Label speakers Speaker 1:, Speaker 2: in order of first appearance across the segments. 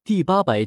Speaker 1: 第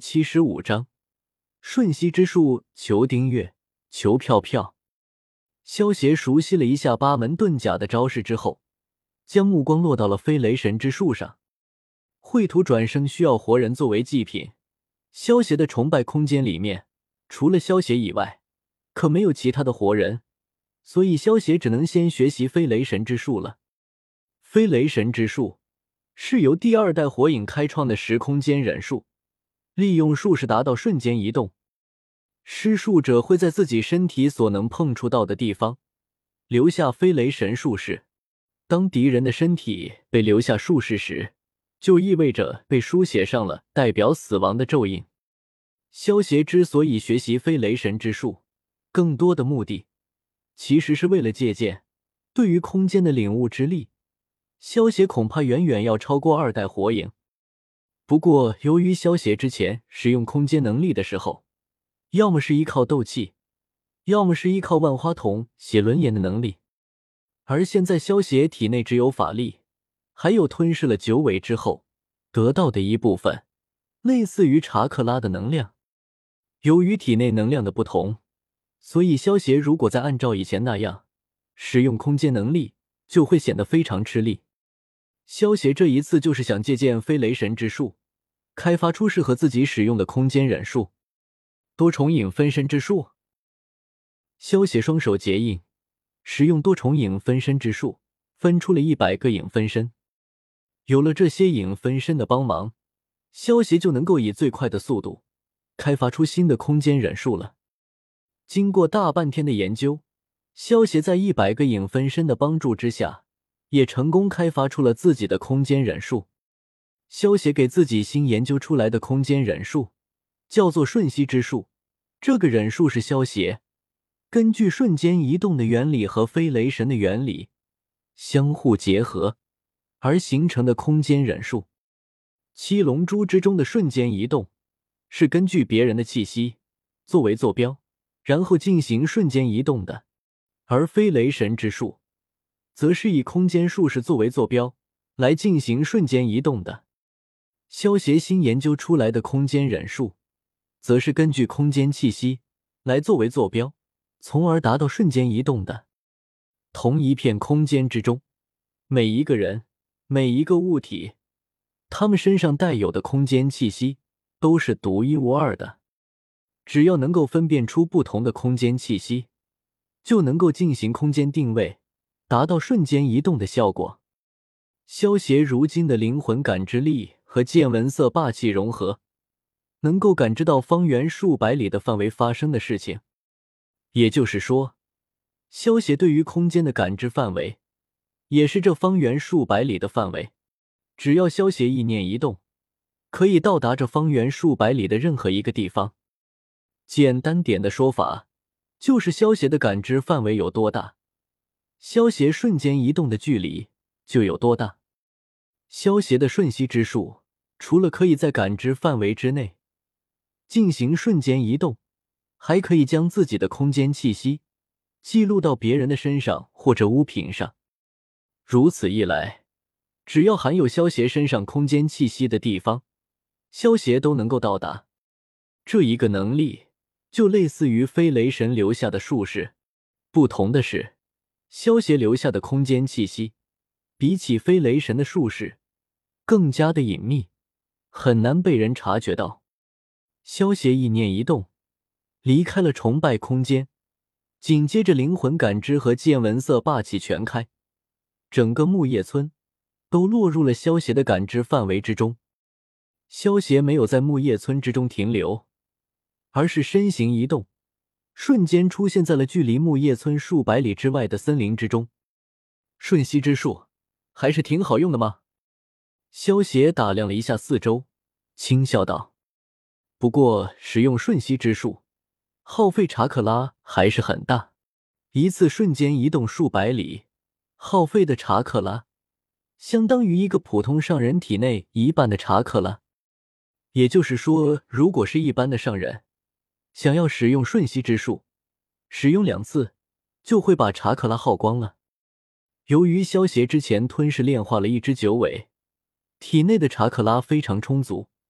Speaker 1: 875章瞬息之术。求订阅，求票票。萧协熟悉了一下八门遁甲的招式之后，将目光落到了飞雷神之术上。绘图转生需要活人作为祭品，萧协的崇拜空间里面除了萧协以外可没有其他的活人，所以萧协只能先学习飞雷神之术了。飞雷神之术是由第2代火影开创的时空间忍术，利用术式达到瞬间移动。施术者会在自己身体所能碰触到的地方留下飞雷神术式，当敌人的身体被留下术式时，就意味着被书写上了代表死亡的咒印。萧协之所以学习飞雷神之术，更多的目的其实是为了借鉴，对于空间的领悟之力，萧协恐怕远远要超过2代火影。不过由于萧协之前使用空间能力的时候，要么是依靠斗气，要么是依靠万花筒写轮眼的能力，而现在萧协体内只有法力，还有吞噬了九尾之后得到的一部分类似于查克拉的能量。由于体内能量的不同，所以萧协如果再按照以前那样使用空间能力，就会显得非常吃力。萧协这一次就是想借鉴飞雷神之术，开发出适合自己使用的空间忍术。多重影分身之术。萧协双手结印，使用多重影分身之术，分出了100个影分身。有了这些影分身的帮忙，萧协就能够以最快的速度开发出新的空间忍术了。经过大半天的研究，萧协在100个影分身的帮助之下，也成功开发出了自己的空间忍术。萧协给自己新研究出来的空间忍术叫做瞬息之术，这个忍术是萧协根据瞬间移动的原理和飞雷神的原理相互结合而形成的空间忍术。七龙珠之中的瞬间移动是根据别人的气息作为坐标，然后进行瞬间移动的，而飞雷神之术则是以空间术式作为坐标来进行瞬间移动的。萧协新研究出来的空间忍术则是根据空间气息来作为坐标，从而达到瞬间移动的。同一片空间之中，每一个人，每一个物体，他们身上带有的空间气息都是独一无二的。只要能够分辨出不同的空间气息，就能够进行空间定位，达到瞬间移动的效果。萧协如今的灵魂感知力和见闻色霸气融合，能够感知到方圆数百里的范围发生的事情。也就是说，萧协对于空间的感知范围也是这方圆数百里的范围。只要萧协意念一动，可以到达这方圆数百里的任何一个地方。简单点的说法，就是萧协的感知范围有多大，萧协瞬间移动的距离就有多大。萧协的瞬息之术，除了可以在感知范围之内进行瞬间移动，还可以将自己的空间气息记录到别人的身上或者物品上。如此一来，只要含有萧协身上空间气息的地方，萧协都能够到达。这一个能力就类似于飞雷神留下的术式，不同的是，萧协留下的空间气息比起飞雷神的术式更加的隐秘，很难被人察觉到。萧协意念一动，离开了崇拜空间，紧接着灵魂感知和见闻色霸气全开，整个木叶村都落入了萧协的感知范围之中。萧协没有在木叶村之中停留，而是身形移动，瞬间出现在了距离木叶村数百里之外的森林之中。瞬息之术还是挺好用的嘛。萧协打量了一下四周，轻笑道。不过使用瞬息之术耗费查克拉还是很大，一次瞬间移动数百里，耗费的查克拉相当于一个普通上人体内一半的查克拉。也就是说，如果是一般的上人想要使用瞬息之术，使用2次就会把查克拉耗光了。由于萧协之前吞噬炼化了一只九尾，体内的查克拉非常充足，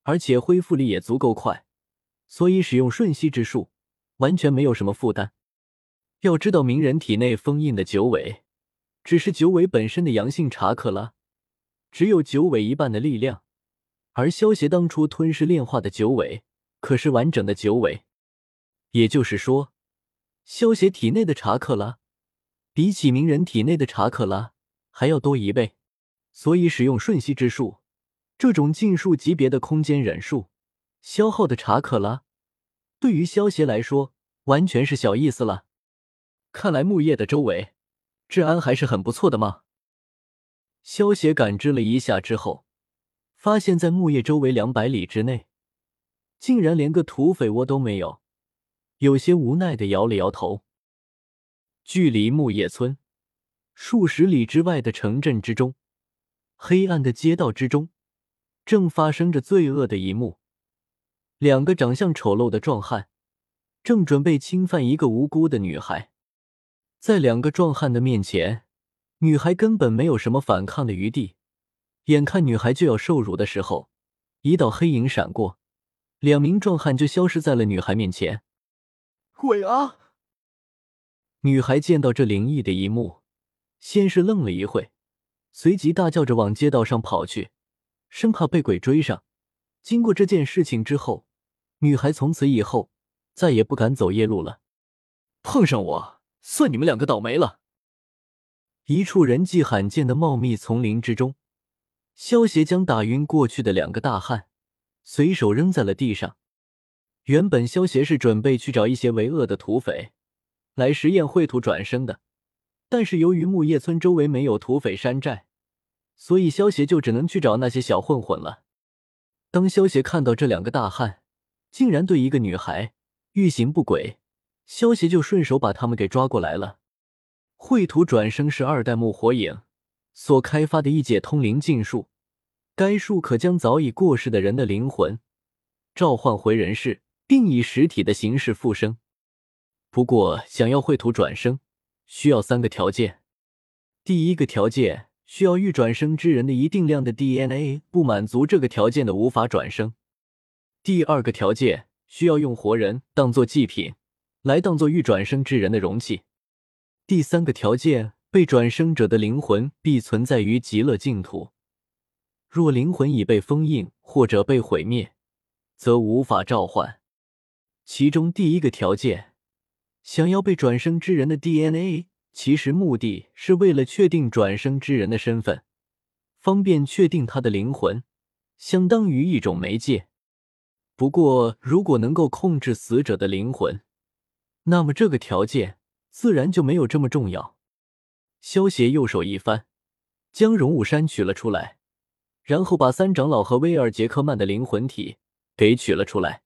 Speaker 1: 而且恢复力也足够快，所以使用瞬息之术完全没有什么负担。要知道鸣人体内封印的九尾只是九尾本身的阳性查克拉，只有九尾一半的力量，而萧协当初吞噬炼化的九尾可是完整的九尾，也就是说萧协体内的查克拉比起鸣人体内的查克拉还要多1倍，所以使用瞬息之术这种禁术级别的空间忍术消耗的查克拉，对于萧协来说完全是小意思了。看来木叶的周围治安还是很不错的嘛。萧协感知了一下之后，发现在木叶周围200里之内竟然连个土匪窝都没有，有些无奈地摇了摇头。距离木叶村数十里之外的城镇之中，黑暗的街道之中正发生着罪恶的一幕。2个长相丑陋的壮汉正准备侵犯一个无辜的女孩。在2个壮汉的面前，女孩根本没有什么反抗的余地，眼看女孩就要受辱的时候，一道黑影闪过，2名壮汉就消失在了女孩面前。
Speaker 2: 鬼啊！
Speaker 1: 女孩见到这灵异的一幕，先是愣了一会，随即大叫着往街道上跑去，生怕被鬼追上。经过这件事情之后，女孩从此以后再也不敢走夜路了。碰上我，算你们2个倒霉了。一处人迹罕见的茂密丛林之中，萧协将打晕过去的2个大汉随手扔在了地上。原本萧协是准备去找一些为恶的土匪来实验秽土转生的，但是由于木叶村周围没有土匪山寨，所以萧协就只能去找那些小混混了。当萧协看到这2个大汉竟然对一个女孩欲行不轨，萧协就顺手把他们给抓过来了。秽土转生是2代目火影所开发的一解通灵禁术，该术可将早已过世的人的灵魂召唤回人世，并以实体的形式复生。不过想要秽土转生需要3个条件。第一个条件，需要欲转生之人的一定量的 DNA， 不满足这个条件的无法转生。第二个条件，需要用活人当作祭品来当作欲转生之人的容器。第三个条件，被转生者的灵魂必存在于极乐净土，若灵魂已被封印或者被毁灭，则无法召唤。其中第一个条件，想要被转生之人的 DNA， 其实目的是为了确定转生之人的身份，方便确定他的灵魂，相当于一种媒介。不过如果能够控制死者的灵魂，那么这个条件自然就没有这么重要。萧协右手一翻，将荣武山取了出来，然后把3长老和威尔杰克曼的灵魂体给取了出来。